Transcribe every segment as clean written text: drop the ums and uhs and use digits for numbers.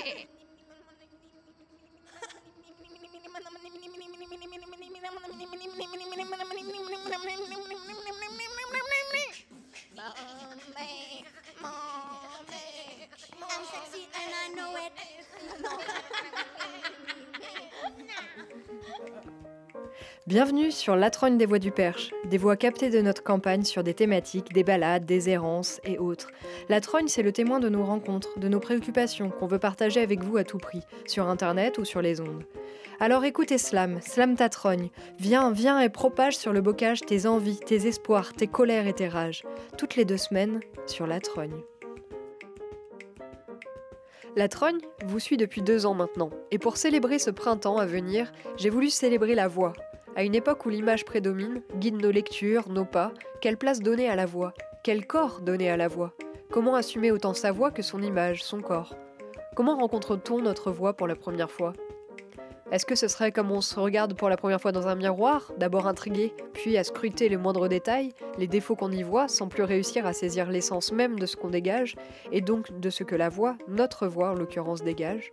I'm sexy and I know it. Bienvenue sur La Trogne des Voix du Perche, des voix captées de notre campagne sur des thématiques, des balades, des errances et autres. La Trogne, c'est le témoin de nos rencontres, de nos préoccupations qu'on veut partager avec vous à tout prix, sur Internet ou sur les ondes. Alors écoutez Slam ta trogne. Viens et propage sur le bocage tes envies, tes espoirs, tes colères et tes rages. Toutes les 2 semaines, sur La Trogne. La Trogne vous suit depuis 2 ans maintenant, et pour célébrer ce printemps à venir, j'ai voulu célébrer la voix. À une époque où l'image prédomine, guide nos lectures, nos pas, quelle place donner à la voix? Quel corps donner à la voix? Comment assumer autant sa voix que son image, son corps? Comment rencontre-t-on notre voix pour la première fois? Est-ce que ce serait comme on se regarde pour la première fois dans un miroir, d'abord intrigué, puis à scruter les moindres détails, les défauts qu'on y voit, sans plus réussir à saisir l'essence même de ce qu'on dégage, et donc de ce que la voix, notre voix en l'occurrence, dégage?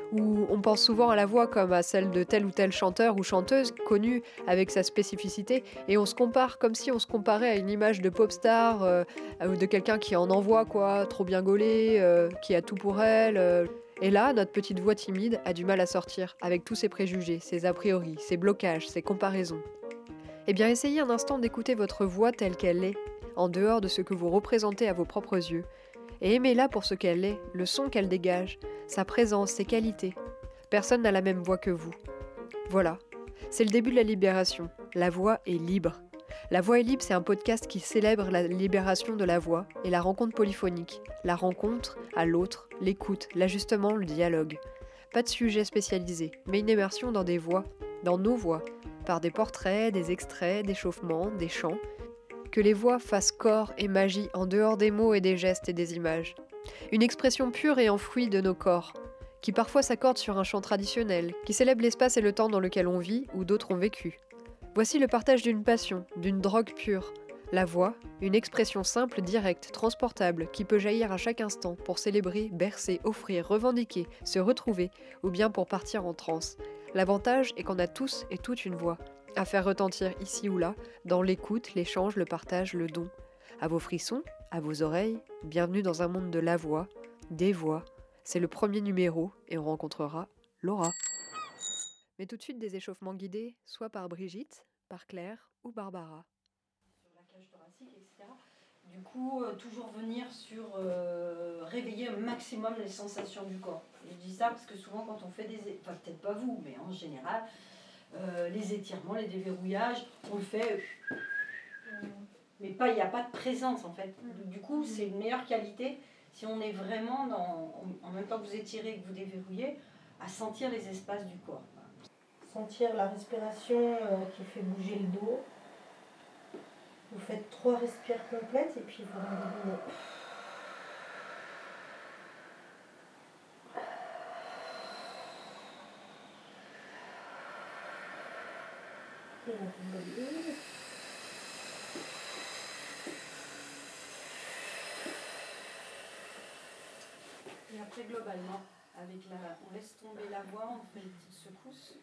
Ou on pense souvent à la voix comme à celle de tel ou tel chanteur ou chanteuse, connue avec sa spécificité, et on se compare comme si on se comparait à une image de pop star, de quelqu'un qui en envoie, quoi, trop bien gaulé, qui a tout pour elle. Et là, notre petite voix timide a du mal à sortir, avec tous ses préjugés, ses a priori, ses blocages, ses comparaisons. Eh bien, essayez un instant d'écouter votre voix telle qu'elle est, en dehors de ce que vous représentez à vos propres yeux, et aimez-la pour ce qu'elle est, le son qu'elle dégage, sa présence, ses qualités. Personne n'a la même voix que vous. Voilà, c'est le début de la libération. La voix est libre. La Voix est libre, c'est un podcast qui célèbre la libération de la voix et la rencontre polyphonique, la rencontre à l'autre, l'écoute, l'ajustement, le dialogue. Pas de sujet spécialisé, mais une immersion dans des voix, dans nos voix, par des portraits, des extraits, des chauffements, des chants. Que les voix fassent corps et magie en dehors des mots et des gestes et des images. Une expression pure et enfouie de nos corps, qui parfois s'accorde sur un chant traditionnel, qui célèbre l'espace et le temps dans lequel on vit ou d'autres ont vécu. Voici le partage d'une passion, d'une drogue pure. La voix, une expression simple, directe, transportable, qui peut jaillir à chaque instant pour célébrer, bercer, offrir, revendiquer, se retrouver, ou bien pour partir en transe. L'avantage est qu'on a tous et toutes une voix, à faire retentir ici ou là, dans l'écoute, l'échange, le partage, le don. À vos frissons, à vos oreilles, bienvenue dans un monde de la voix, des voix. C'est le premier numéro et on rencontrera Laura. Mais tout de suite des échauffements guidés, soit par Brigitte, par Claire ou Barbara. Sur la cage thoracique, etc. Du coup, toujours venir sur réveiller un maximum les sensations du corps. Et je dis ça parce que souvent quand on fait enfin peut-être pas vous, mais en général, les étirements, les déverrouillages, on le fait, mais il n'y a pas de présence en fait. Du coup, c'est une meilleure qualité si on est vraiment en même temps que vous étirez et que vous déverrouillez, à sentir les espaces du corps. Sentir la respiration qui fait bouger le dos. Vous faites 3 respires complètes et puis vous rembobinez. Et on rembobine. Et après, globalement, on laisse tomber la voix, on fait des petites secousses.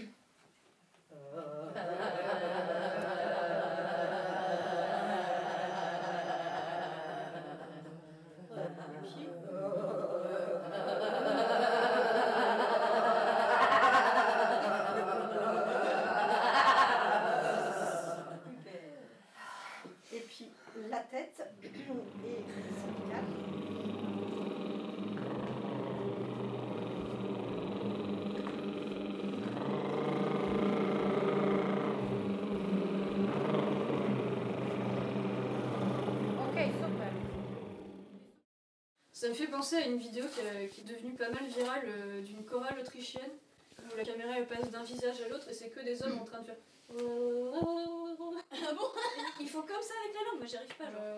Et puis la tête et les cervicales. Ça me fait penser à une vidéo qui est devenue pas mal virale d'une chorale autrichienne où la caméra elle passe d'un visage à l'autre et c'est que des hommes en train de faire. Ah bon? Il faut comme ça avec la langue, moi j'y arrive pas. Genre.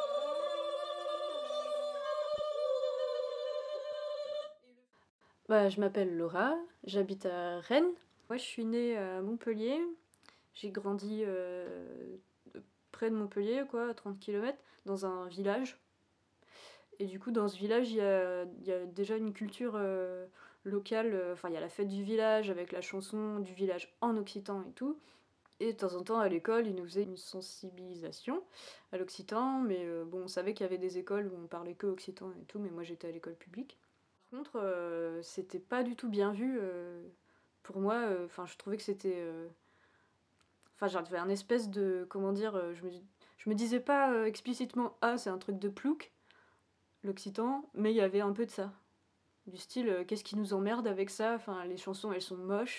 Je m'appelle Laura, j'habite à Rennes. Moi je suis née à Montpellier, j'ai grandi près de Montpellier, à 30 km, dans un village. Et du coup, dans ce village, il y a déjà une culture locale. Enfin, il y a la fête du village avec la chanson du village en occitan et tout. Et de temps en temps, à l'école, ils nous faisaient une sensibilisation à l'occitan. Mais bon, on savait qu'il y avait des écoles où on parlait que occitan et tout, mais moi j'étais à l'école publique. Par contre, c'était pas du tout bien vu pour moi. Enfin, je trouvais que c'était. Enfin, j'avais un espèce de. Comment dire je me disais pas explicitement ah, c'est un truc de plouc, l'occitan, mais il y avait un peu de ça. Du style, qu'est-ce qui nous emmerde avec ça? Enfin, les chansons, elles sont moches.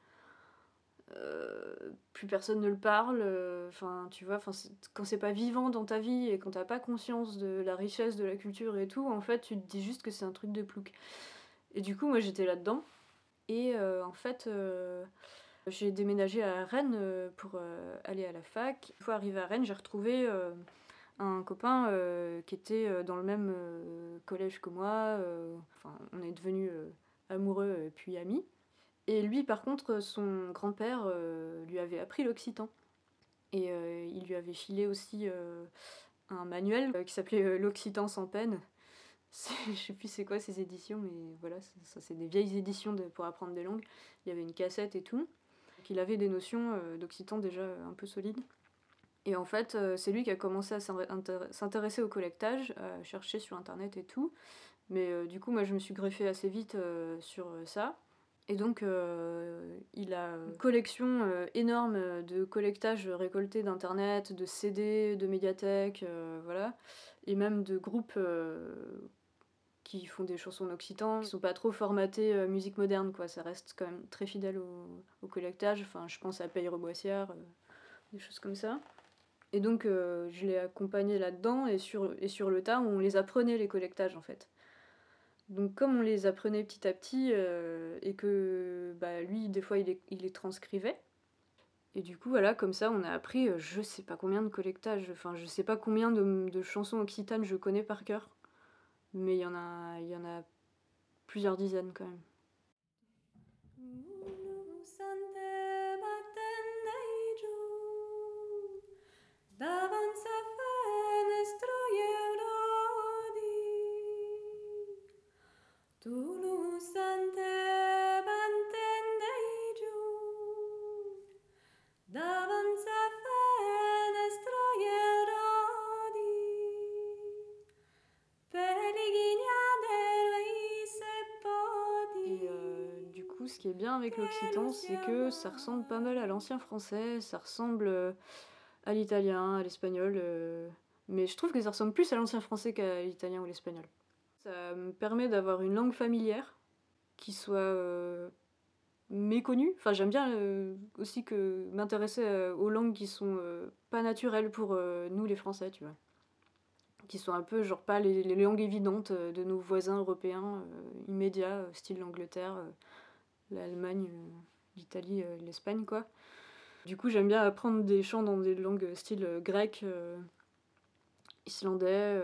Plus personne ne le parle. Enfin, tu vois, quand c'est pas vivant dans ta vie et quand t'as pas conscience de la richesse de la culture et tout, en fait, tu te dis juste que c'est un truc de plouc. Et du coup, moi, j'étais là-dedans. Et en fait, j'ai déménagé à Rennes pour aller à la fac. Une fois arrivée à Rennes, j'ai retrouvé un copain qui était dans le même collège que moi. Enfin, on est devenus amoureux puis amis. Et lui, par contre, son grand-père lui avait appris l'occitan. Et il lui avait filé aussi un manuel qui s'appelait L'Occitan sans peine. Je sais plus c'est quoi ces éditions, mais voilà, ça c'est des vieilles éditions pour apprendre des langues. Il y avait une cassette et tout. Donc il avait des notions d'occitan déjà un peu solides. Et en fait, c'est lui qui a commencé à s'intéresser au collectage, à chercher sur internet et tout. Mais du coup, moi je me suis greffée assez vite sur ça. Et donc, il a une collection énorme de collectage récolté d'internet, de CD, de médiathèques, voilà. Et même de groupes qui font des chansons en occitan, qui sont pas trop formatés musique moderne, quoi. Ça reste quand même très fidèle au collectage. Enfin, je pense à Peyre Boissière, des choses comme ça. Et donc, je l'ai accompagné là-dedans, et sur le tas, on les apprenait, les collectages, en fait. Donc, comme on les apprenait petit à petit, et que bah, lui, des fois, il les transcrivait. Et du coup, voilà, comme ça, on a appris je sais pas combien de collectages. Enfin, je sais pas combien de chansons occitanes je connais par cœur. Mais il y en a plusieurs dizaines quand même. Du coup, ce qui est bien avec l'occitan, c'est que ça ressemble pas mal à l'ancien français, ça ressemble à l'italien, à l'espagnol, mais je trouve que ça ressemble plus à l'ancien français qu'à l'italien ou l'espagnol. Ça me permet d'avoir une langue familière qui soit méconnue. Enfin, j'aime bien aussi m'intéresser aux langues qui sont pas naturelles pour nous les Français, tu vois. Qui sont un peu, genre, pas les langues évidentes de nos voisins européens immédiats, style l'Angleterre, l'Allemagne, l'Italie, l'Espagne, quoi. Du coup, j'aime bien apprendre des chants dans des langues style grec, islandais,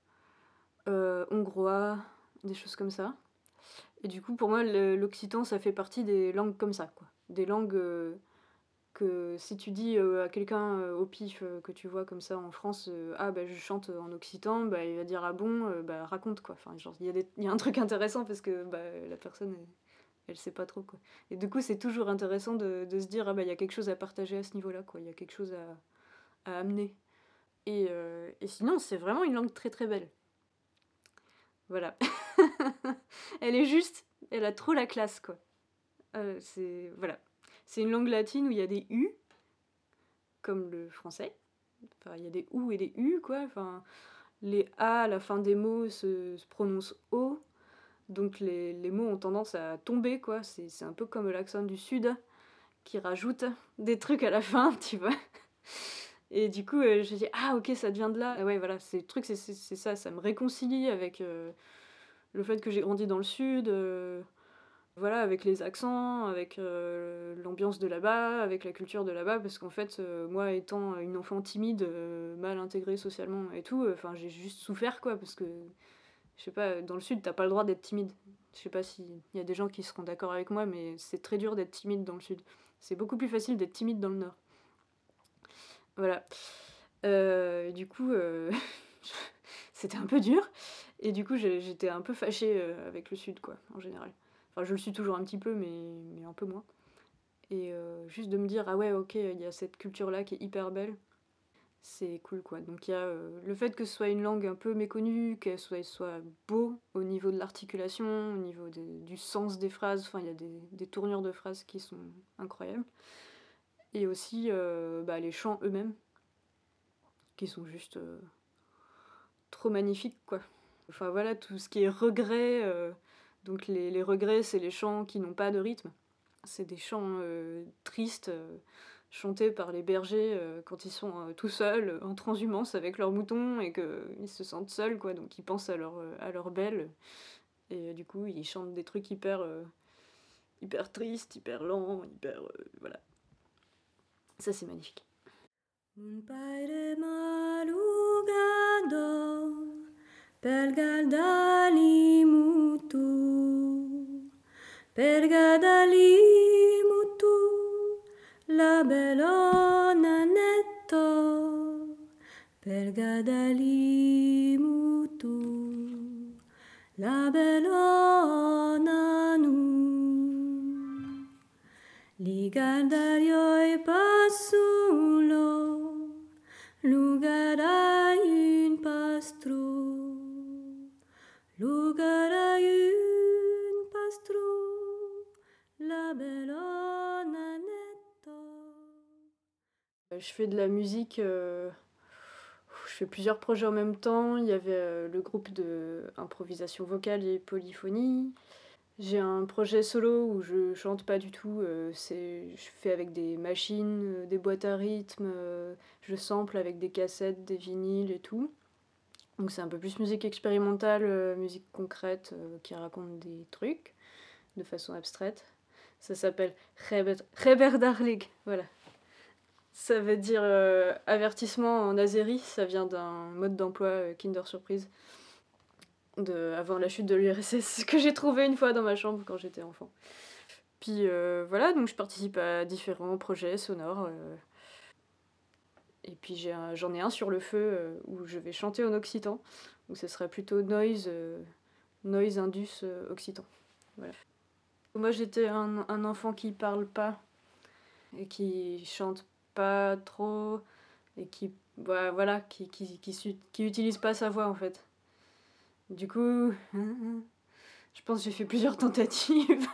hongrois, des choses comme ça. Et du coup, pour moi, l'occitan, ça fait partie des langues comme ça, quoi. Des langues que si tu dis à quelqu'un au pif que tu vois comme ça en France, ah bah je chante en occitan, bah il va dire ah bon, bah raconte quoi. Enfin, genre, il y a un truc intéressant parce que bah, la personne, elle sait pas trop, quoi. Et du coup, c'est toujours intéressant de se dire, ah bah il y a quelque chose à partager à ce niveau-là, quoi. Il y a quelque chose à amener. Et sinon, c'est vraiment une langue très très belle. Voilà. Elle est juste, elle a trop la classe, quoi. Voilà. C'est une langue latine où il y a des U, comme le français. Enfin, il y a des OU et des U, quoi. Enfin, les A à la fin des mots se prononcent O. Donc les mots ont tendance à tomber, quoi. C'est un peu comme l'accent du Sud qui rajoute des trucs à la fin, tu vois. Et du coup, je dis ah ok, ça devient de là. Et ouais, voilà, c'est ça me réconcilie avec le fait que j'ai grandi dans le Sud. Voilà, avec les accents, avec l'ambiance de là-bas, avec la culture de là-bas, parce qu'en fait, moi, étant une enfant timide, mal intégrée socialement et tout, j'ai juste souffert, quoi, parce que, je sais pas, dans le Sud, t'as pas le droit d'être timide. Je sais pas s'il y a des gens qui seront d'accord avec moi, mais c'est très dur d'être timide dans le Sud. C'est beaucoup plus facile d'être timide dans le Nord. Voilà. Du coup, c'était un peu dur. Et du coup, j'étais un peu fâchée avec le Sud, quoi, en général. Enfin, je le suis toujours un petit peu, mais un peu moins. Et juste de me dire, ah ouais, ok, il y a cette culture-là qui est hyper belle, c'est cool, quoi. Donc il y a le fait que ce soit une langue un peu méconnue, qu'elle soit beau au niveau de l'articulation, au niveau du sens des phrases, enfin, il y a des tournures de phrases qui sont incroyables. Et aussi les chants eux-mêmes, qui sont juste trop magnifiques, quoi. Enfin voilà, tout ce qui est regret, donc les regrets, c'est les chants qui n'ont pas de rythme. C'est des chants tristes, chantés par les bergers quand ils sont tout seuls, en transhumance avec leurs moutons, et qu'ils se sentent seuls, quoi. Donc ils pensent à leur belle, et du coup ils chantent des trucs hyper tristes, hyper lents, hyper... voilà. Ça c'est magnifique. Un paire malugado per gadali mutu la bellona netto per gadali mutu la bellona nu ligardario e passulo Lugara un pastro, lugara un pastro, la bellona netto. Je fais de la musique, je fais plusieurs projets en même temps. Il y avait le groupe de improvisation vocale et polyphonie. J'ai un projet solo où je chante pas du tout, je fais avec des machines, des boîtes à rythme, je sample avec des cassettes, des vinyles et tout. Donc c'est un peu plus musique expérimentale, musique concrète, qui raconte des trucs de façon abstraite. Ça s'appelle Reberdarlig, voilà. Ça veut dire avertissement en azéri, ça vient d'un mode d'emploi Kinder Surprise avant la chute de l'URSS que j'ai trouvé une fois dans ma chambre quand j'étais enfant. Puis voilà, donc je participe à différents projets sonores. Et puis j'en ai un sur le feu où je vais chanter en occitan, où ce serait plutôt noise indus occitan. Voilà. Moi j'étais un enfant qui parle pas et qui chante pas trop et qui utilise pas sa voix en fait. Du coup, je pense que j'ai fait plusieurs tentatives.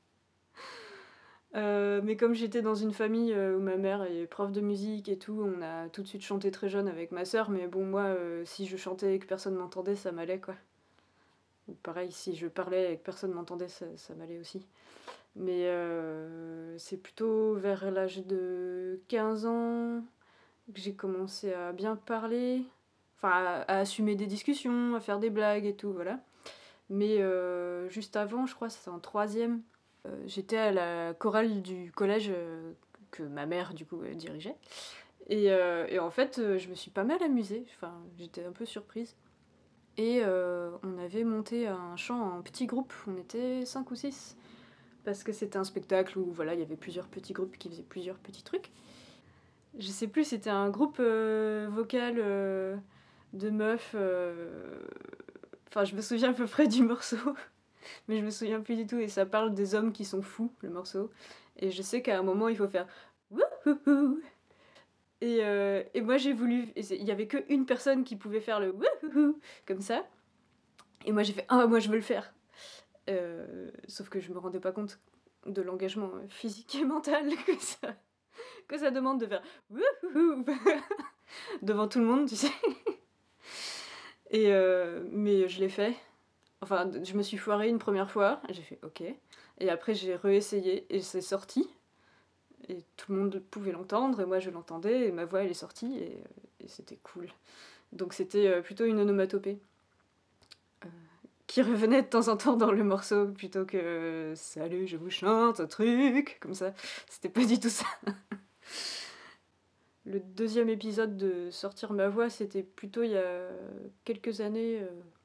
Mais comme j'étais dans une famille où ma mère est prof de musique et tout, on a tout de suite chanté très jeune avec ma sœur, mais bon, moi, si je chantais et que personne m'entendait, ça m'allait, quoi. Ou pareil, si je parlais et que personne m'entendait, ça m'allait aussi. Mais c'est plutôt vers l'âge de 15 ans que j'ai commencé à bien parler, enfin à assumer des discussions, à faire des blagues et tout, voilà. Mais juste avant, je crois, c'était en troisième, j'étais à la chorale du collège que ma mère, du coup, dirigeait. Et en fait, je me suis pas mal amusée, enfin, j'étais un peu surprise. Et on avait monté un chant en petit groupe, on était 5 ou 6, parce que c'était un spectacle où voilà, il y avait plusieurs petits groupes qui faisaient plusieurs petits trucs. Je sais plus, c'était un groupe vocal de meufs. Enfin, je me souviens à peu près du morceau, mais je me souviens plus du tout. Et ça parle des hommes qui sont fous, le morceau. Et je sais qu'à un moment, il faut faire wouhouhou. Et moi, j'ai voulu. Il y avait qu'une personne qui pouvait faire le wouhouhou comme ça. Et moi, j'ai fait ah, moi, je veux le faire. Sauf que je me rendais pas compte de l'engagement physique et mental que ça demande de faire wouhouhou devant tout le monde, tu sais. Mais je l'ai fait. Enfin, je me suis foirée une première fois, j'ai fait ok. Et après, j'ai réessayé et c'est sorti. Et tout le monde pouvait l'entendre, et moi je l'entendais, et ma voix elle est sortie, et c'était cool. Donc c'était plutôt une onomatopée qui revenait de temps en temps dans le morceau, plutôt que salut, je vous chante un truc, comme ça. C'était pas du tout ça. Le deuxième épisode de Sortir ma voix, c'était plutôt il y a quelques années,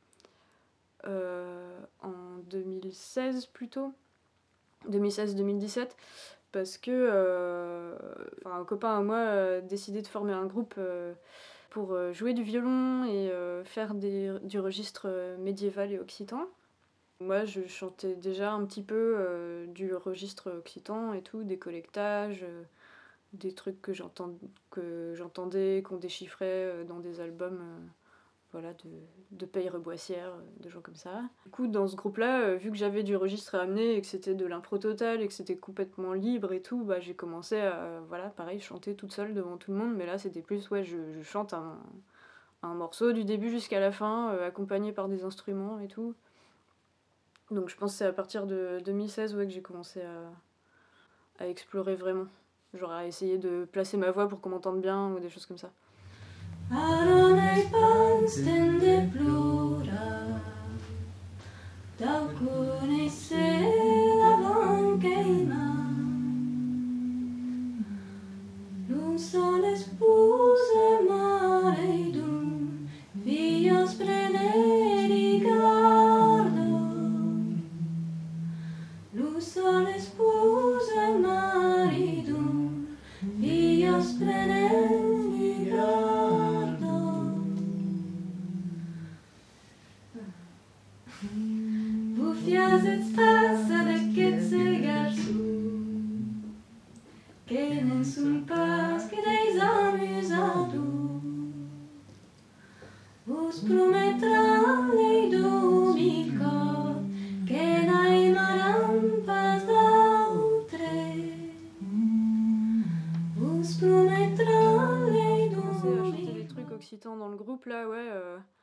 en 2016 plutôt, 2016-2017, parce que un copain à moi a décidé de former un groupe pour jouer du violon et faire du registre médiéval et occitan. Moi, je chantais déjà un petit peu du registre occitan et tout, des collectages, des trucs que j'entendais, qu'on déchiffrait dans des albums voilà, de Peyre Boissière, de gens comme ça. Du coup, dans ce groupe-là, vu que j'avais du registre à amener et que c'était de l'impro total et que c'était complètement libre et tout, bah, j'ai commencé à, voilà, pareil, chanter toute seule devant tout le monde. Mais là, c'était plus, ouais, je chante un morceau du début jusqu'à la fin, accompagné par des instruments et tout. Donc je pense que c'est à partir de 2016 ouais, que j'ai commencé à explorer vraiment. Genre à essayer de placer ma voix pour qu'on m'entende bien ou des choses comme ça. Aronei pansten de plura, d'alcune sera vanqueina. L'un sole spuse mareidum, vios prederigardo. L'un sole spuse mareidum, vios prederigardo. Bufiazet stassa de quetze garçons, que non sunt pas que des amusados. Vos prometran leidum il cor, que n'aimaran pas d'altre. Vos prometran J'ai commencé à leidum chanter des trucs occitans dans le groupe là, ouais.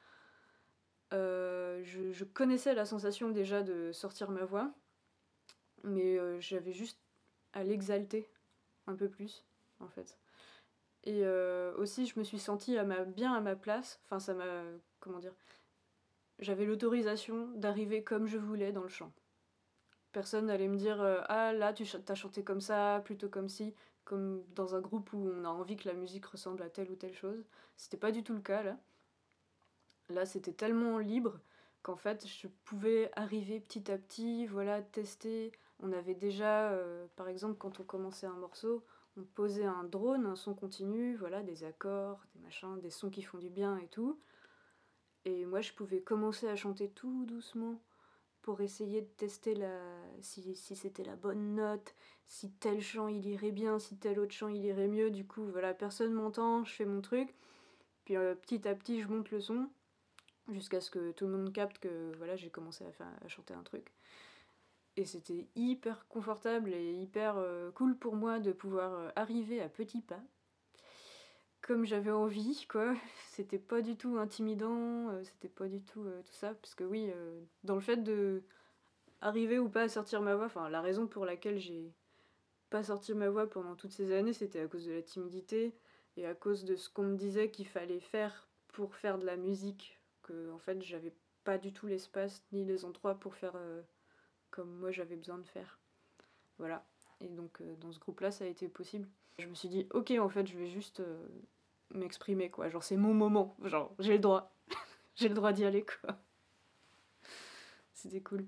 Je connaissais la sensation déjà de sortir ma voix, mais j'avais juste à l'exalter un peu plus, en fait. Et aussi, je me suis sentie bien à ma place. Enfin, ça m'a... Comment dire? J'avais l'autorisation d'arriver comme je voulais dans le chant. Personne n'allait me dire ah là, t'as chanté comme ça, plutôt comme ci, comme dans un groupe où on a envie que la musique ressemble à telle ou telle chose. C'était pas du tout le cas, là. Là, c'était tellement libre qu'en fait, je pouvais arriver petit à petit, voilà, tester. On avait déjà, par exemple, quand on commençait un morceau, on posait un drone, un son continu, voilà, des accords, des machins, des sons qui font du bien et tout. Et moi, je pouvais commencer à chanter tout doucement pour essayer de tester si c'était la bonne note, si tel chant il irait bien, si tel autre chant il irait mieux. Du coup, voilà, personne m'entend, je fais mon truc. Puis petit à petit, je monte le son jusqu'à ce que tout le monde capte que voilà, j'ai commencé à chanter un truc. Et c'était hyper confortable et hyper cool pour moi de pouvoir arriver à petits pas, comme j'avais envie, quoi. C'était pas du tout intimidant, c'était pas du tout tout ça, parce que oui, dans le fait de arriver ou pas à sortir ma voix, enfin la raison pour laquelle j'ai pas sorti ma voix pendant toutes ces années, c'était à cause de la timidité et à cause de ce qu'on me disait qu'il fallait faire pour faire de la musique, que en fait j'avais pas du tout l'espace ni les endroits pour faire comme moi j'avais besoin de faire. Voilà. Et donc dans ce groupe-là, ça a été possible. Je me suis dit, ok, en fait, je vais juste m'exprimer, quoi. Genre, c'est mon moment. Genre, j'ai le droit. J'ai le droit d'y aller, quoi. C'était cool.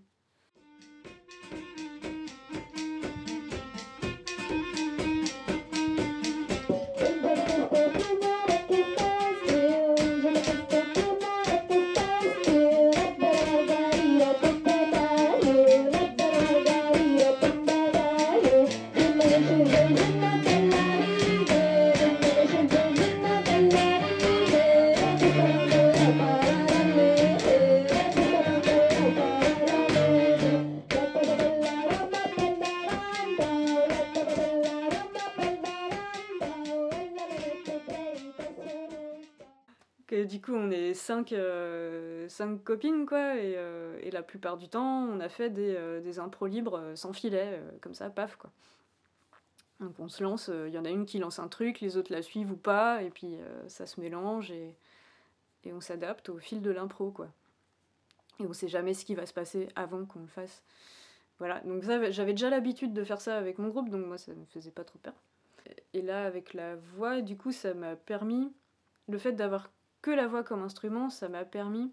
Du coup, on est cinq copines, quoi, et la plupart du temps, on a fait des impros libres sans filet, comme ça, paf, quoi. Donc on se lance, il y en a une qui lance un truc, les autres la suivent ou pas, et puis ça se mélange, et on s'adapte au fil de l'impro, quoi. Et on sait jamais ce qui va se passer avant qu'on le fasse. Voilà, donc ça, j'avais déjà l'habitude de faire ça avec mon groupe, donc moi, ça me faisait pas trop peur. Et là, avec la voix, du coup, ça m'a permis... Le fait d'avoir que la voix comme instrument, ça m'a permis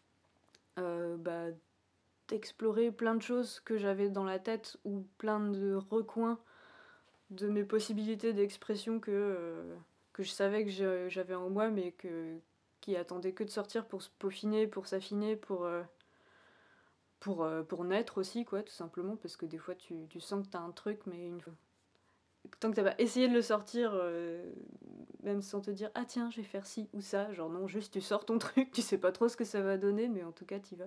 d'explorer plein de choses que j'avais dans la tête ou plein de recoins de mes possibilités d'expression que que je savais que j'avais en moi, mais qui attendait que de sortir pour se peaufiner, pour s'affiner, pour naître aussi, quoi, tout simplement, parce que des fois tu sens que t'as un truc, mais tant que t'as pas essayé de le sortir, même sans te dire ah tiens, je vais faire ci ou ça, genre non, juste tu sors ton truc, tu sais pas trop ce que ça va donner, mais en tout cas t'y vas.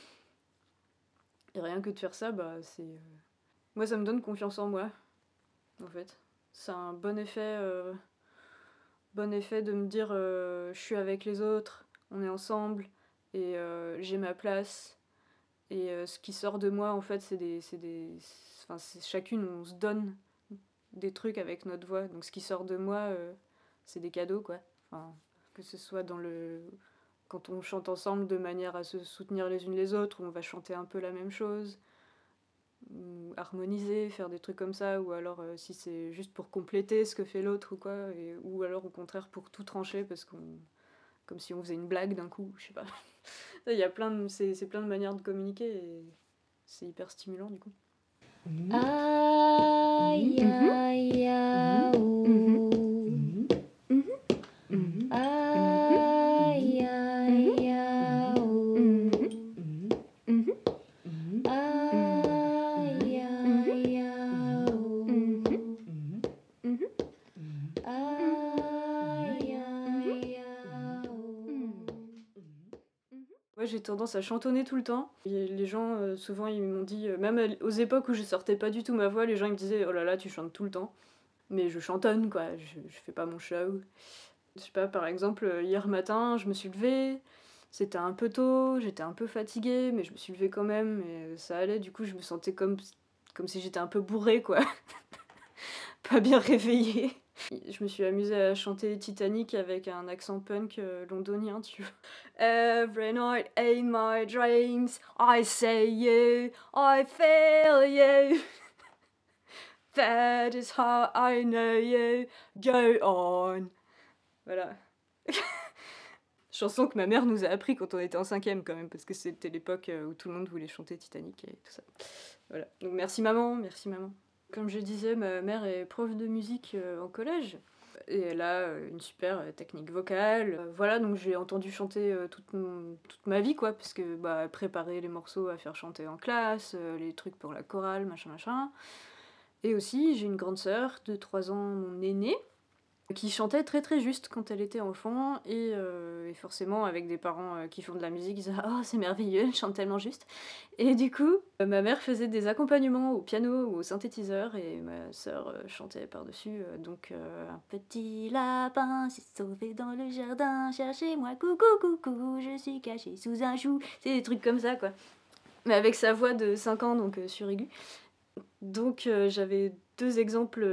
Et rien que de faire ça, bah c'est. Moi, ça me donne confiance en moi, en fait. C'est un bon effet de me dire je suis avec les autres, on est ensemble, et j'ai ma place. Et ce qui sort de moi, en fait, enfin, chacune, on se donne des trucs avec notre voix. Donc ce qui sort de moi, c'est des cadeaux, quoi. Enfin, que ce soit quand on chante ensemble de manière à se soutenir les unes les autres, où on va chanter un peu la même chose, ou harmoniser, faire des trucs comme ça, ou alors si c'est juste pour compléter ce que fait l'autre ou quoi, ou alors au contraire pour tout trancher, comme si on faisait une blague d'un coup, je sais pas. Il y a c'est plein de manières de communiquer et c'est hyper stimulant du coup. Aïe, aïe, aïe, ouh. Aïe, aïe, aïe, ouh. Aïe, aïe, aïe, ouh. Aïe, aïe, aïe, ouh. Moi j'ai tendance à chantonner tout le temps. Et les gens, souvent ils m'ont dit, même aux époques où je sortais pas du tout ma voix, les gens ils me disaient oh là là tu chantes tout le temps. Mais je chantonne quoi, je fais pas mon show. Je sais pas, par exemple, hier matin je me suis levée, c'était un peu tôt, j'étais un peu fatiguée, mais je me suis levée quand même et ça allait, du coup je me sentais comme si j'étais un peu bourrée quoi. Pas bien réveillée. Je me suis amusée à chanter Titanic avec un accent punk londonien, tu vois. Every night in my dreams, I say you, I feel you. That is how I know you. Go on. Voilà. Chanson que ma mère nous a appris quand on était en 5e quand même, parce que c'était l'époque où tout le monde voulait chanter Titanic et tout ça. Voilà. Donc merci maman, merci maman. Comme je disais, ma mère est prof de musique en collège. Et elle a une super technique vocale. Voilà, donc j'ai entendu chanter toute ma vie, quoi, parce que bah, préparer les morceaux à faire chanter en classe, les trucs pour la chorale, machin, machin. Et aussi, j'ai une grande sœur de 3 ans, mon aînée, qui chantait très très juste quand elle était enfant, et forcément avec des parents qui font de la musique, ils disaient « Oh, c'est merveilleux, elle chante tellement juste !» Et du coup, ma mère faisait des accompagnements au piano ou au synthétiseur, et ma sœur chantait par-dessus, donc un petit lapin s'est sauvé dans le jardin, cherchez-moi, coucou, coucou, je suis caché sous un chou, c'est des trucs comme ça, quoi. Mais avec sa voix de 5 ans, donc sur aigu. Donc j'avais 2 exemples...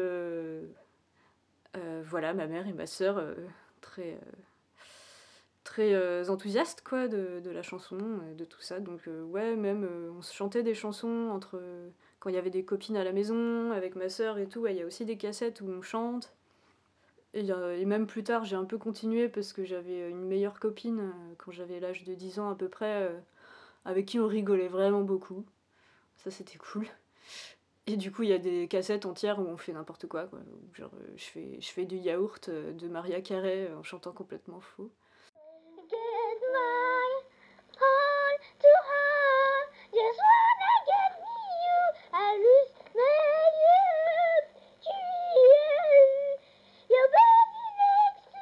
voilà, ma mère et ma sœur très enthousiastes quoi, de la chanson, de tout ça. Donc ouais, même on se chantait des chansons quand il y avait des copines à la maison, avec ma sœur et tout. Il y a aussi des cassettes où on chante. Et même plus tard, j'ai un peu continué parce que j'avais une meilleure copine quand j'avais l'âge de 10 ans à peu près, avec qui on rigolait vraiment beaucoup. Ça, c'était cool. Et du coup, il y a des cassettes entières où on fait n'importe quoi. Genre, je fais du yaourt de Maria Carey en chantant complètement faux. Get my heart to her, just wanna get you, halluce mes yeux, tu es, your baby next to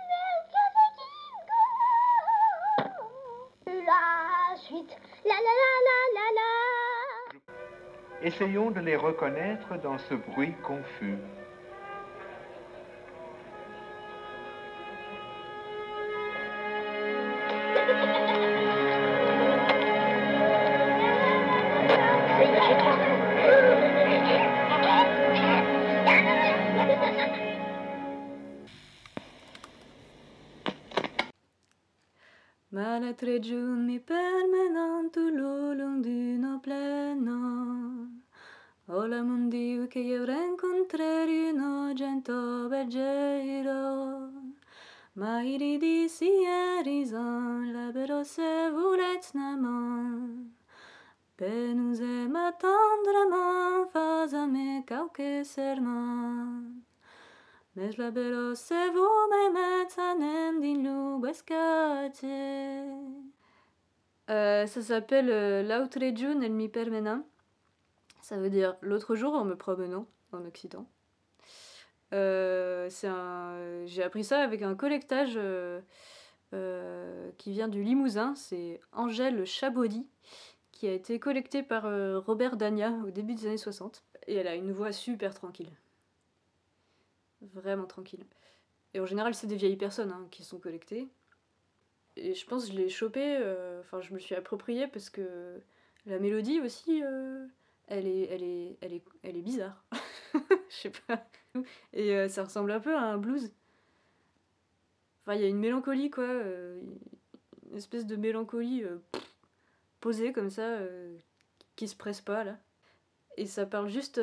me, la suite, la la la la la la. Essayons de les reconnaître dans ce bruit confus. Malgré giorni permanenti lo londino pleno, o la mondiu che io rincontrerò no gento bergero, ma i ridisi e rison labero se voulez naman, penus e ma tendrement faz a me qualque serment. Meslabero se vume metsanem din lubescace. Ça s'appelle L'autre giorno el mi permena. Ça veut dire l'autre jour en me promenant en occitan. J'ai appris ça avec un collectage qui vient du Limousin. C'est Angèle Chabaudy qui a été collectée par Robert Dagna au début des années 60. Et elle a une voix super tranquille. Vraiment tranquille. Et en général, c'est des vieilles personnes qui sont collectées. Et je pense que je l'ai chopée, je me le suis appropriée parce que la mélodie aussi, elle est bizarre. Je sais pas. Et ça ressemble un peu à un blues. Enfin, il y a une mélancolie, quoi. Une espèce de mélancolie posée comme ça, qui se presse pas, là. Et ça parle juste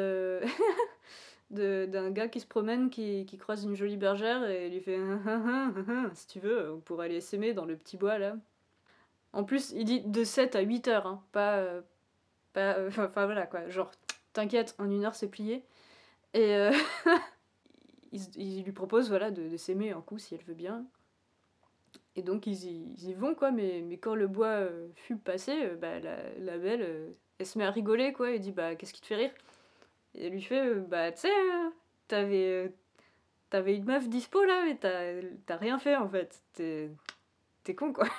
d'un gars qui se promène, qui croise une jolie bergère et lui fait si tu veux, on pourrait aller s'aimer dans le petit bois là. En plus, il dit de 7 à 8 heures, hein, enfin voilà quoi, genre t'inquiète, en 1 heure c'est plié. Et il lui propose voilà, de s'aimer un coup si elle veut bien. Et donc ils y vont quoi, mais quand le bois fut passé, la belle, elle se met à rigoler quoi, et dit bah qu'est-ce qui te fait rire? Et elle lui fait, tu sais, t'avais une meuf dispo là, mais t'as rien fait en fait. T'es con quoi.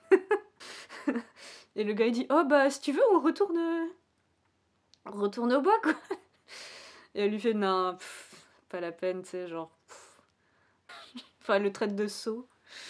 Et le gars il dit, oh bah si tu veux, on retourne au bois quoi. Et elle lui fait, non, pas la peine, tu sais, genre. Enfin, elle le traite de sot.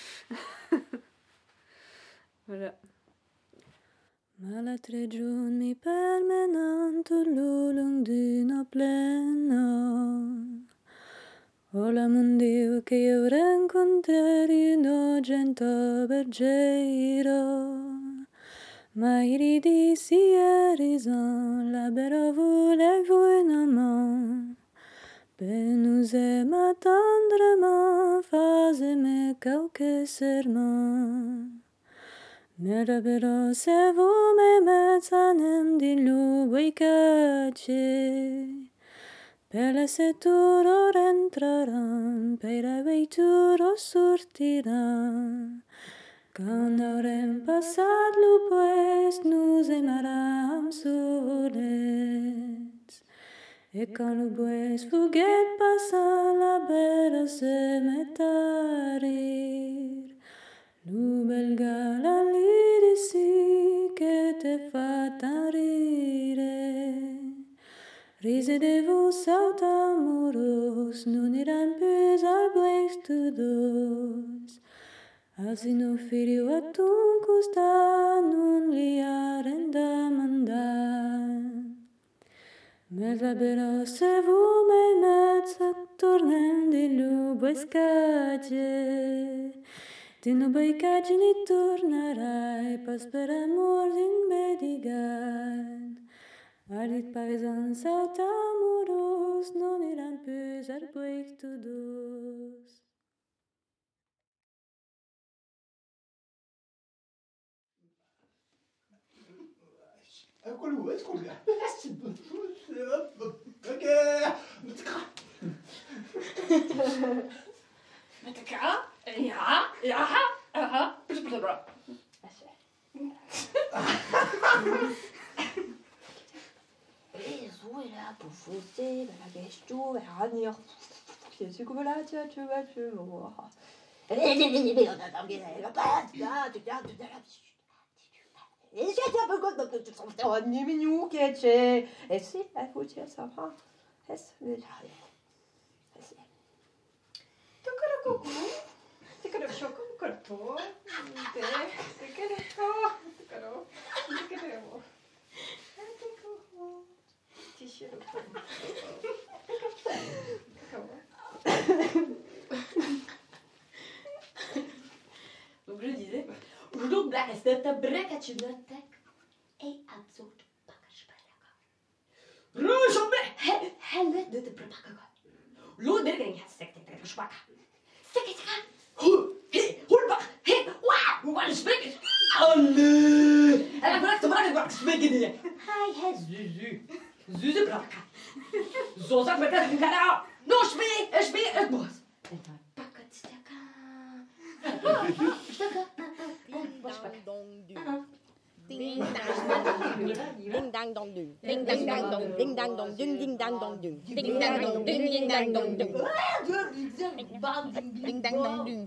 Voilà. Ma l'altre giorno mi permenant lo long d'una plena. O la mon Dio che io rincontrai una gente bergera. Ma iridi si erisan, la bera voulez-vous une amant. Ben nous aima tendrement, fais-moi quelques serments. Merabero se vume metsanem din lubescace. Pele seturo rentraran, pere veituro sortiran. Quand aurem passat lo pues, nous aimaram solets. Et quand le pues fuguet passa, la bera se met a rir. Lu bel gala lirici che te fa tan rire. Risedevos saut amoros, non iran plus al bueix todos. Asi no firiu a ton costat, non li aren demandat. Mes la bera se vume metsa, tornem di lubescace. Din lubescace ni tornarai, pas per amor din bedigat. Alit paisan saut amoros, non iran plus al bueix todos. Quello è scusa. Ok. Gesù era buffute, la gestu, anir. C'est comme là, tu vois. E c'è un po' di ogni menu che c'è. E sì, ecco c'è ça va. E sì. Toccare cucù. Toccare sciocco un corpo. Toccare. Ti sciro. Donc je disais, Lu blasteta brekačinotek, ej absurd pakashpalaka. Rušobe! Helvete te prepakaka. Lu dergen sekte te špaka. Sekte. Hulba! Wow! Wat spek! Alle! Ela brak te brak spek dit. Hai Zuzu. Zuzu praka. Zosak beter kana. No, ich bin boss. Ding dang dong ding. Ding dang dang dong. Ding dang dong ding ding dang dong ding. Ding dang dong ding ding dang dong ding. Ding dang dong ding.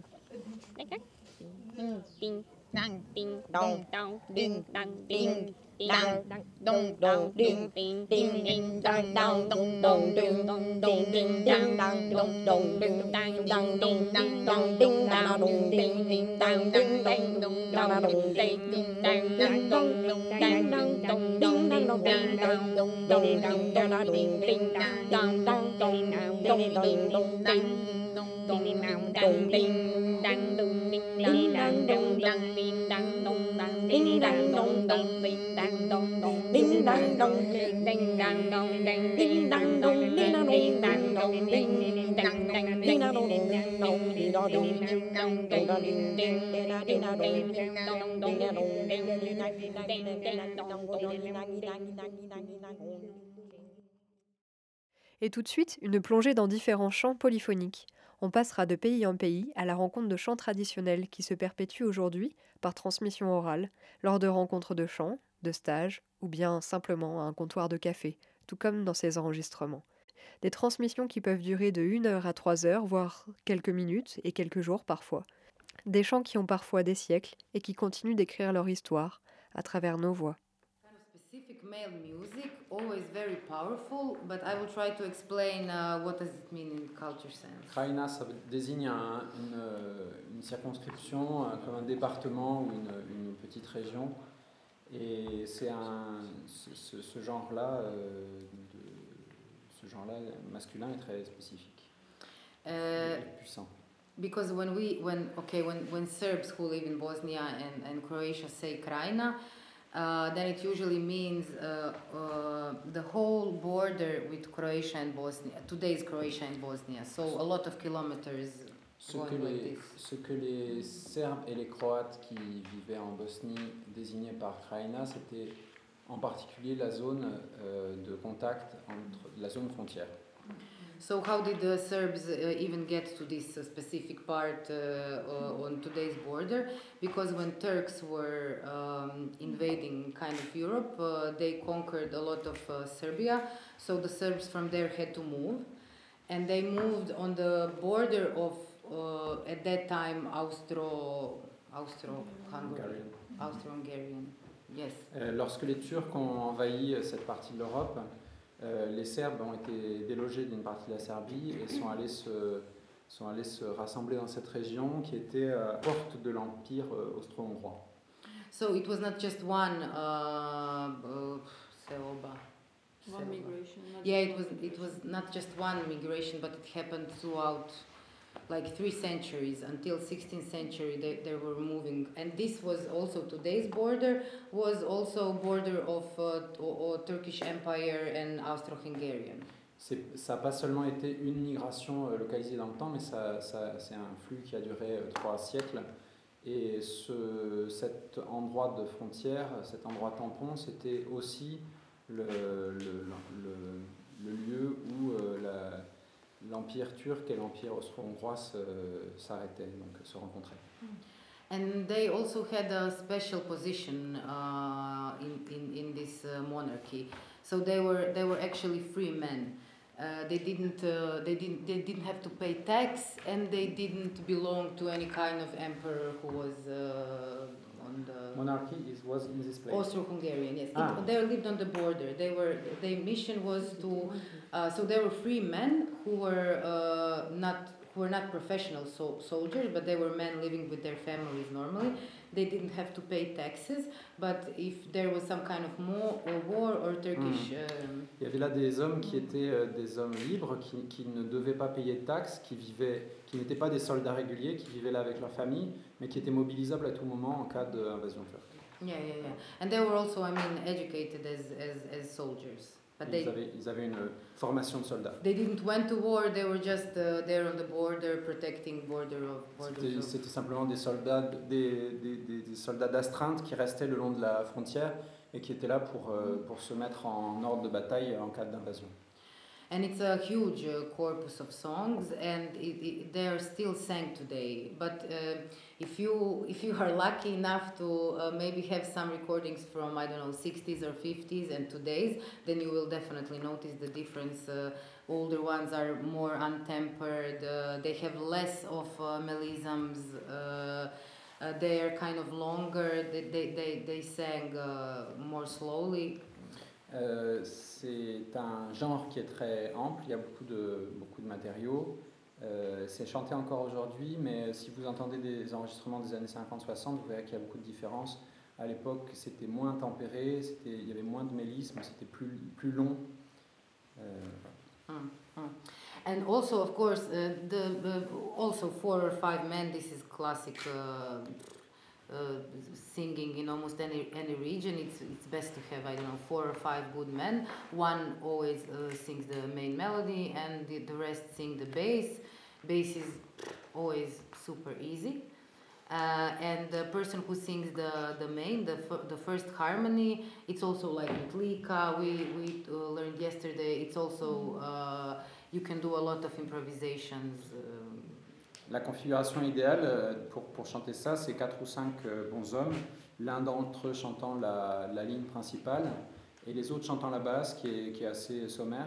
Ding dang ding dong dong ding dang ding dang dong dong ding ding ding dang dong dong dong ding dong dong ding dang dang dong dong ding dang dang dong ding dong ding dang dong ding ding dang ding dang dong dang dong ding ding dang dang dong dong dang dang dong ding dang dong ding dang dong dong dang dang ding ding dang dang dong dong dong ding dong ding dong dong ding dang dong ding dang dong dang ding dang dong dang ding dang dong dong ding dang dong dong ding dang dong ding dang dong ding ding dang dong ding ding dang dong ding ding dang dang ding dang dong ding dang dong ding dang dong ding dang dong ding ding ding dang ding dang dong ding dang dong ding ding dang dong. Et tout de suite, une plongée dans différents chants polyphoniques. On passera de pays en pays à la rencontre de chants traditionnels qui se perpétuent aujourd'hui par transmission orale, lors de rencontres de chants, de stages ou bien simplement à un comptoir de café, tout comme dans ces enregistrements. Des transmissions qui peuvent durer de 1 heure à 3 heures, voire quelques minutes et quelques jours parfois. Des chants qui ont parfois des siècles et qui continuent d'écrire leur histoire à travers nos voix. Specific male music, always very powerful, but I will try to explain what does it mean in culture sense. Kraïna, ça désigne une circonscription comme un département ou une petite région. Et c'est ce genre-là, masculin est très spécifique, et puissant. Because when Serbs who live in Bosnia and Croatia say Krajina, then it usually means the whole border with Croatia and Bosnia, today's Croatia and Bosnia, so a lot of kilometers going like this. Ce que les Serbes et les Croates qui vivaient en Bosnie désignaient par Krajina, c'était en particulier la zone de contact entre la zone frontière. So how did the Serbs even get to this specific part on today's border? Because when Turks were invading kind of Europe, they conquered a lot of Serbia. So the Serbs from there had to move, and they moved on the border of at that time Austro-Hungarian. Yes. Lorsque les Turcs ont envahi cette partie de l'Europe, les Serbes ont été délogés d'une partie de la Serbie et sont allés se rassembler dans cette région qui était porte de l'Empire austro-hongrois. So it was not just one Migration. Yeah, it was not just one migration, but it happened throughout like 3 centuries. Until 16th century they were moving, and this was also today's border, was also border of Turkish Empire and Austro-Hungarian. Ça n'a pas seulement été une migration localisée dans le temps, mais c'est un flux qui a duré 3 siècles. Et cet endroit de frontière, cet endroit tampon, c'était aussi le lieu où l'Empire turc et l'Empire austro-hongrois s'arrêtaient, donc se rencontraient. And they also had a special position in this monarchy. So they were actually free men. They didn't have to pay tax, and they didn't belong to any kind of emperor who was on the monarchy was in this place. Austro-Hungarian, yes. They lived on the border. Their mission was to so they were free men who were not professional soldiers, but they were men living with their families normally. They didn't have to pay taxes, but if there was some kind of war or Turkish... Il y avait là des hommes qui étaient des hommes libres, qui ne devaient pas payer de taxes, qui n'étaient pas des soldats réguliers, qui vivaient là avec leur famille, mais qui étaient mobilisables à tout moment en cas d'invasion turque. Yeah. And they were also, educated as soldiers. Ils avaient une formation de soldats. They didn't went to war, they were just there on the border, protecting C'était simplement des soldats, des soldats d'astreinte qui restaient le long de la frontière et qui étaient là pour se mettre en ordre de bataille en cas d'invasion. and it's a huge corpus of songs, and they are still sang today. But if you are lucky enough to maybe have some recordings from, I don't know, 60s or 50s and today's, then you will definitely notice the difference. Older ones are more untempered, they have less of melisms, they are kind of longer, they sang more slowly. C'est un genre qui est très ample, il y a beaucoup de matériaux. C'est chanté encore aujourd'hui, mais si vous entendez des enregistrements des années 50-60, vous verrez qu'il y a beaucoup de différences. À l'époque, c'était moins tempéré, il y avait moins de mélisme, c'était plus long. And also, of course, also 4 or 5 men, this is classic singing in almost any region. It's best to have, I don't know, 4 or 5 good men. One always sings the main melody, and the rest sing the bass. Bass is always super easy. And the person who sings the main, the first harmony, it's also like with Lika, we learned yesterday, it's also, you can do a lot of improvisations. La configuration idéale pour chanter ça, c'est 4 ou 5 bons hommes, l'un d'entre eux chantant la ligne principale et les autres chantant la basse qui est assez sommaire.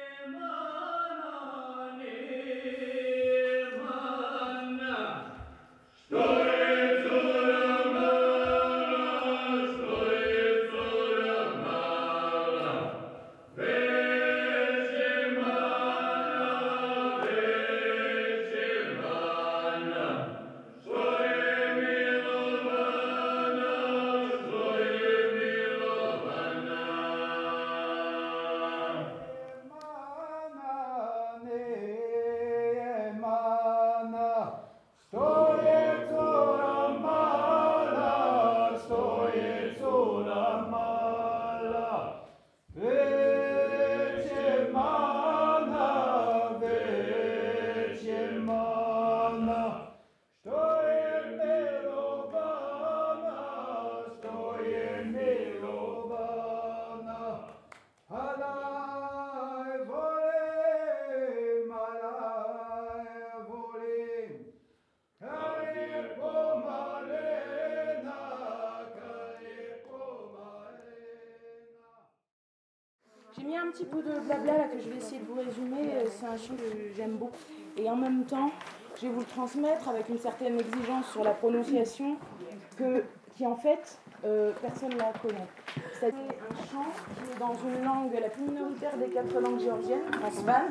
J'ai mis un petit peu de blabla là que je vais essayer de vous résumer. C'est un chant que j'aime beaucoup. Et en même temps, je vais vous le transmettre avec une certaine exigence sur la prononciation qui en fait, personne ne la connaît. C'est un chant qui est dans une langue la plus minoritaire des 4 langues géorgiennes, en svan.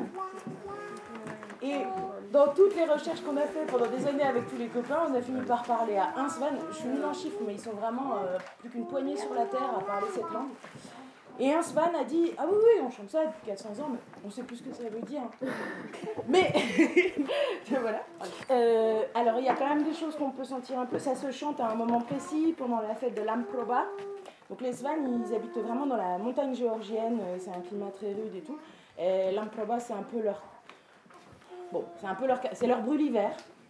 Et dans toutes les recherches qu'on a fait pendant des années avec tous les copains, on a fini par parler à un svan. Je suis nulle en chiffres, mais ils sont vraiment plus qu'une poignée sur la terre à parler cette langue. Et un svan a dit « Ah oui, oui, on chante ça depuis 400 ans, mais on sait plus ce que ça veut dire. » Mais, voilà. Alors, il y a quand même des choses qu'on peut sentir un peu. Ça se chante à un moment précis, pendant la fête de l'Amproba. Donc les svans, ils habitent vraiment dans la montagne géorgienne, c'est un climat très rude et tout. Et l'Amproba, c'est un peu leur... Bon, c'est leur brûle-hiver.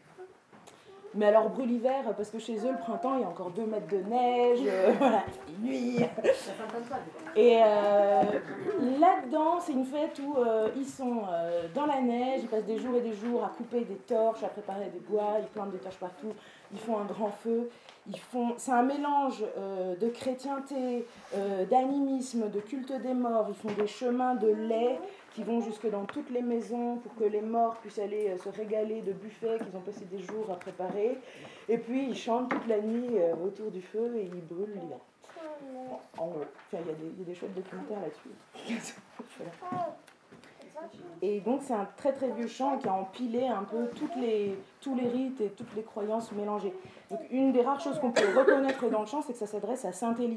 Mais alors brûle-hiver, parce que chez eux, le printemps, il y a encore 2 mètres de neige, voilà, il nuit. Et là-dedans, c'est une fête où ils sont dans la neige, ils passent des jours et des jours à couper des torches, à préparer des bois, ils plantent des torches partout, ils font un grand feu. C'est un mélange de chrétienté, d'animisme, de culte des morts. Ils font des chemins de lait qui vont jusque dans toutes les maisons pour que les morts puissent aller se régaler de buffets qu'ils ont passé des jours à préparer. Et puis ils chantent toute la nuit autour du feu et ils brûlent l'hiver. En gros, il y a des chouettes documentaires là-dessus. Voilà. Et donc c'est un très très vieux chant qui a empilé un peu tous les rites et toutes les croyances mélangées. Donc une des rares choses qu'on peut reconnaître dans le chant, c'est que ça s'adresse à Saint-Élie.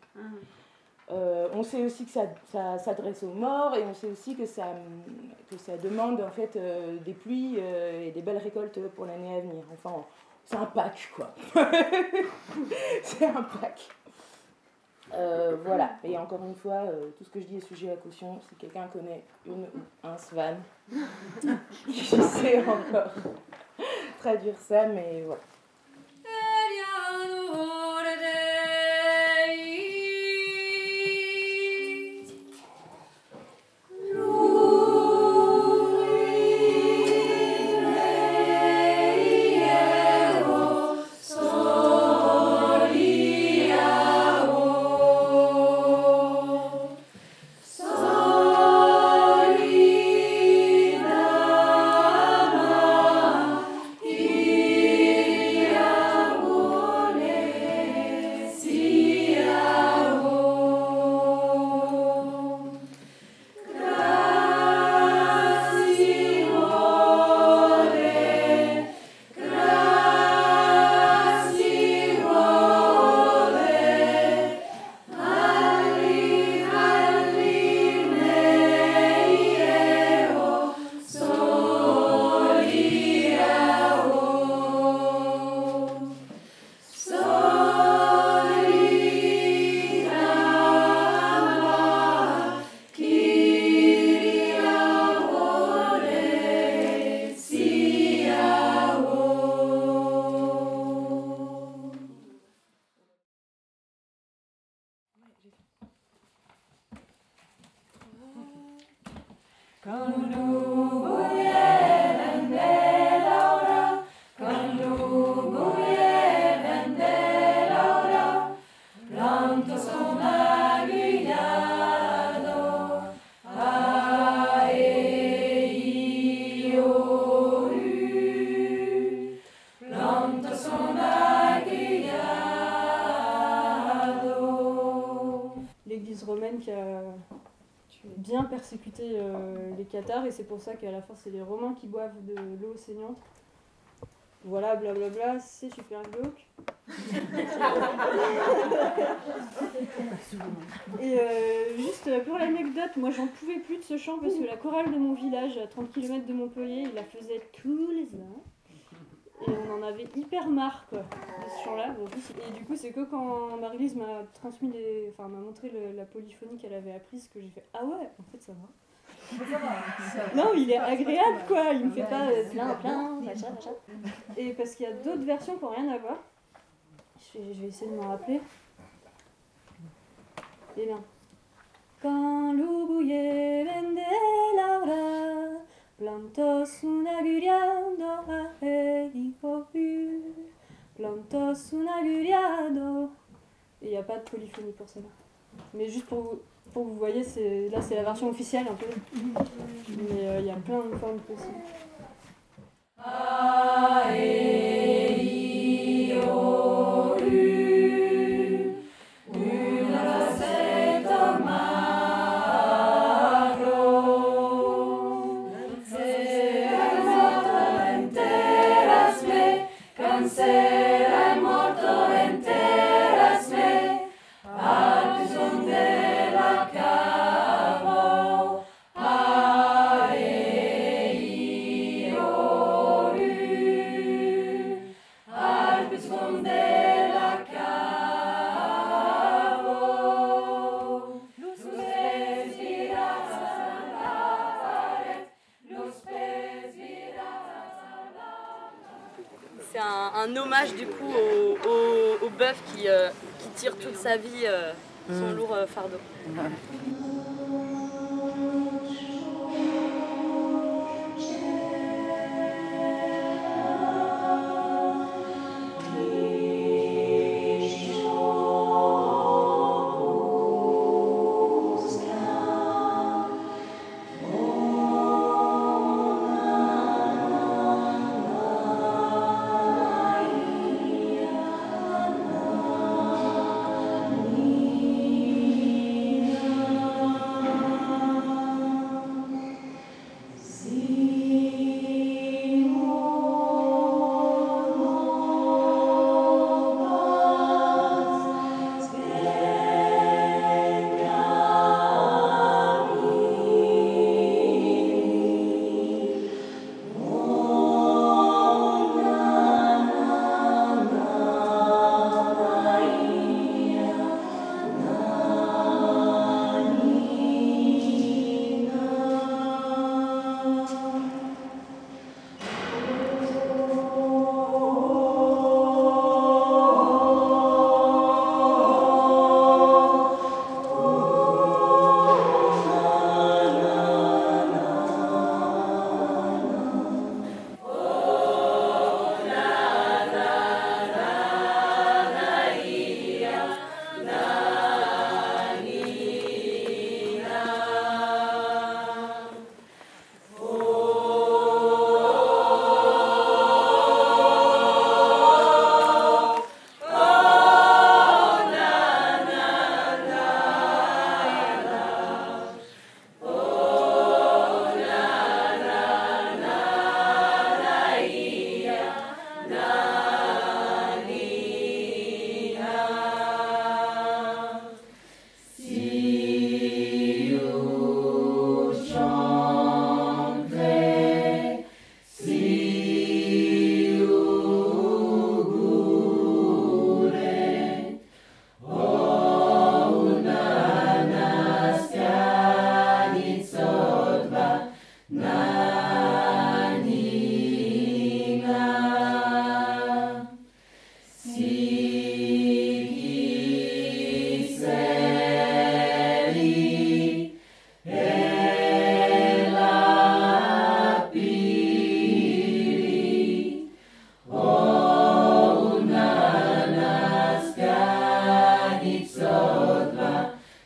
On sait aussi que ça s'adresse aux morts et on sait aussi que ça demande en fait des pluies et des belles récoltes pour l'année à venir. Enfin, c'est un Pâques quoi. C'est un Pâques. Voilà, et encore une fois, tout ce que je dis est sujet à caution. Si quelqu'un connaît une ou un svan, je sais encore traduire ça, mais voilà. Ooh. L'église romaine qui a bien persécuté les cathares, et c'est pour ça qu'à la fin c'est les Romains qui boivent de l'eau saignante. Voilà, blablabla, c'est super glauque. Et juste pour l'anecdote, moi j'en pouvais plus de ce chant parce que la chorale de mon village, à 30 km de Montpellier, il la faisait tous les ans. Et on en avait hyper marre quoi, de ce chant-là. Et du coup, c'est que quand Marie-Lise m'a transmis m'a montré la polyphonie qu'elle avait apprise que j'ai fait ah ouais, en fait ça va. Non, il est agréable quoi, il me fait pas plein, machin. Et parce qu'il y a d'autres versions qui n'ont rien à voir. Je vais essayer de m'en rappeler. Eh bien. Quand l'ubuye vende Laura, plantos una guriado a Edipo, plantos una guriado. Et il n'y a pas de polyphonie pour celle-là. Mais juste pour que vous voyez, là c'est la version officielle un peu. Mais il y a plein de formes possibles. C'est un hommage du coup au bœuf qui tire toute sa vie son lourd fardeau.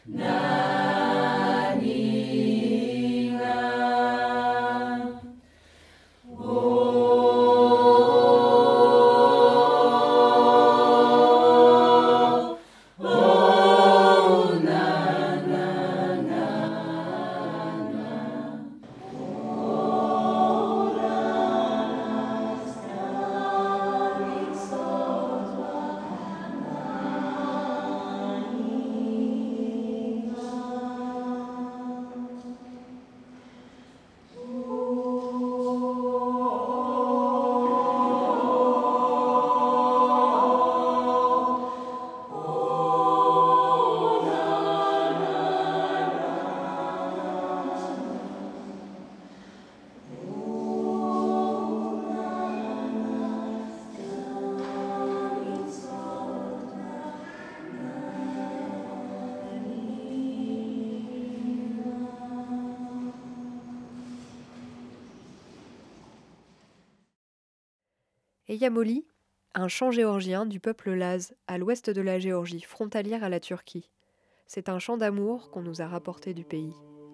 Eyamoli, un chant géorgien du peuple Laz, à l'ouest de la Géorgie, frontalière à la Turquie. C'est un chant d'amour qu'on nous a rapporté du pays.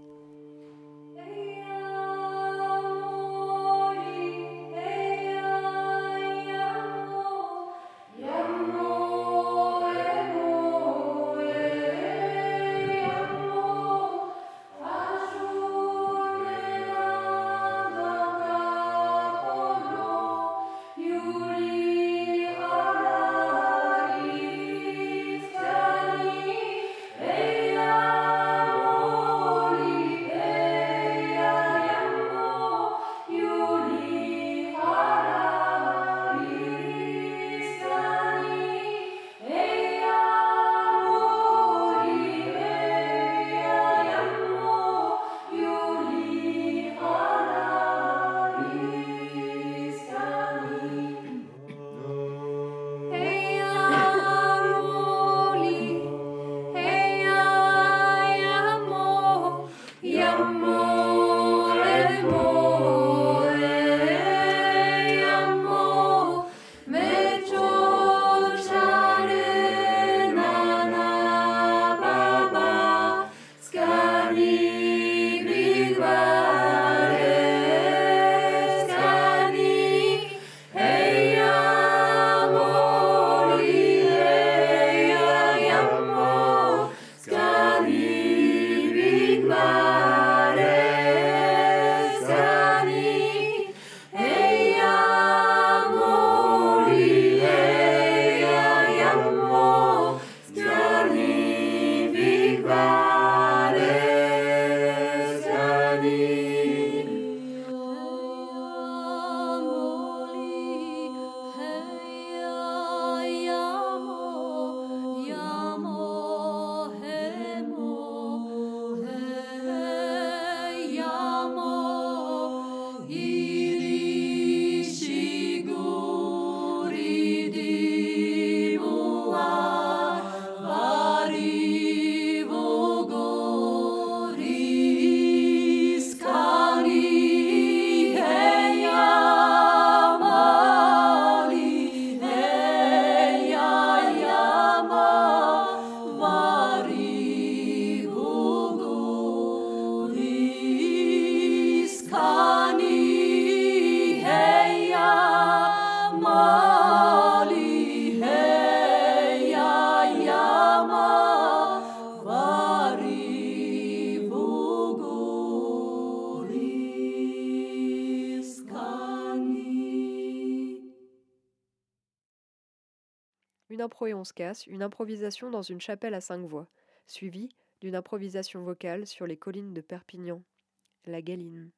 Une impro et on se casse, une improvisation dans une chapelle à 5 voix, suivie d'une improvisation vocale sur les collines de Perpignan, la Galine.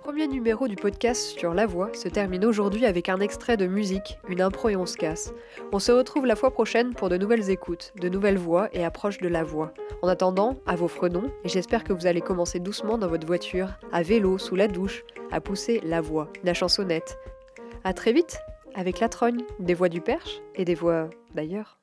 Premier numéro du podcast sur la voix se termine aujourd'hui avec un extrait de musique, une impro et on se casse. On se retrouve la fois prochaine pour de nouvelles écoutes, de nouvelles voix et approches de la voix. En attendant, à vos fredons, et j'espère que vous allez commencer doucement dans votre voiture, à vélo, sous la douche, à pousser la voix, la chansonnette. À très vite, avec la trogne, des voix du Perche et des voix d'ailleurs.